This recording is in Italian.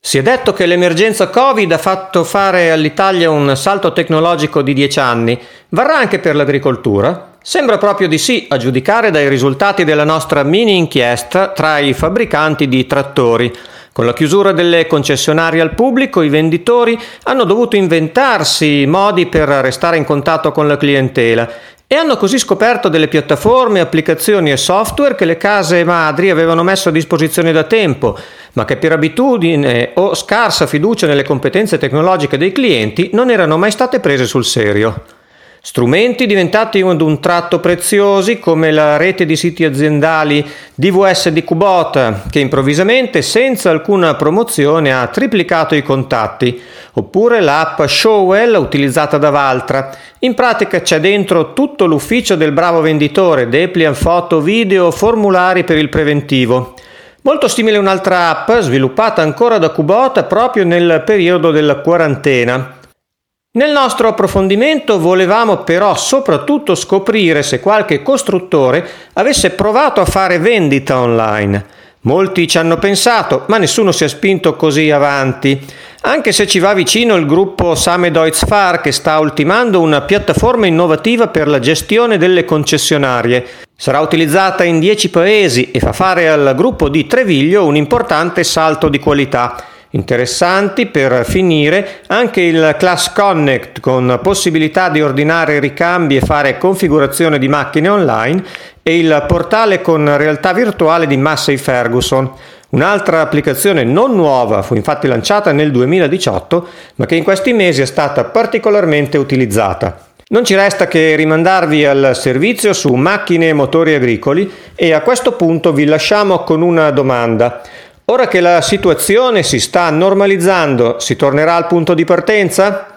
Si è detto che l'emergenza Covid ha fatto fare all'Italia un salto tecnologico di 10 anni. Varrà anche per l'agricoltura? Sembra proprio di sì, a giudicare dai risultati della nostra mini inchiesta tra i fabbricanti di trattori. Con la chiusura delle concessionarie al pubblico, i venditori hanno dovuto inventarsi modi per restare in contatto con la clientela e hanno così scoperto delle piattaforme, applicazioni e software che le case madri avevano messo a disposizione da tempo, ma che per abitudine o scarsa fiducia nelle competenze tecnologiche dei clienti non erano mai state prese sul serio. Strumenti diventati ad un tratto preziosi come la rete di siti aziendali DVS di Kubota, che improvvisamente, senza alcuna promozione, ha triplicato i contatti, oppure l'app Showwell utilizzata da Valtra. In pratica c'è dentro tutto l'ufficio del bravo venditore, depliant foto, video, formulari per il preventivo. Molto simile a un'altra app sviluppata ancora da Kubota proprio nel periodo della quarantena. Nel nostro approfondimento volevamo però soprattutto scoprire se qualche costruttore avesse provato a fare vendita online. Molti ci hanno pensato, ma nessuno si è spinto così avanti, anche se ci va vicino il gruppo Same Deutz Fahr che sta ultimando una piattaforma innovativa per la gestione delle concessionarie. Sarà utilizzata in 10 paesi e fa fare al gruppo di Treviglio un importante salto di qualità. Interessanti per finire anche il Class Connect con possibilità di ordinare ricambi e fare configurazione di macchine online e il portale con realtà virtuale di Massey Ferguson. Un'altra applicazione non nuova, fu infatti lanciata nel 2018, ma che in questi mesi è stata particolarmente utilizzata. Non ci resta che rimandarvi al servizio su macchine e motori agricoli e a questo punto vi lasciamo con una domanda. Ora che la situazione si sta normalizzando, si tornerà al punto di partenza?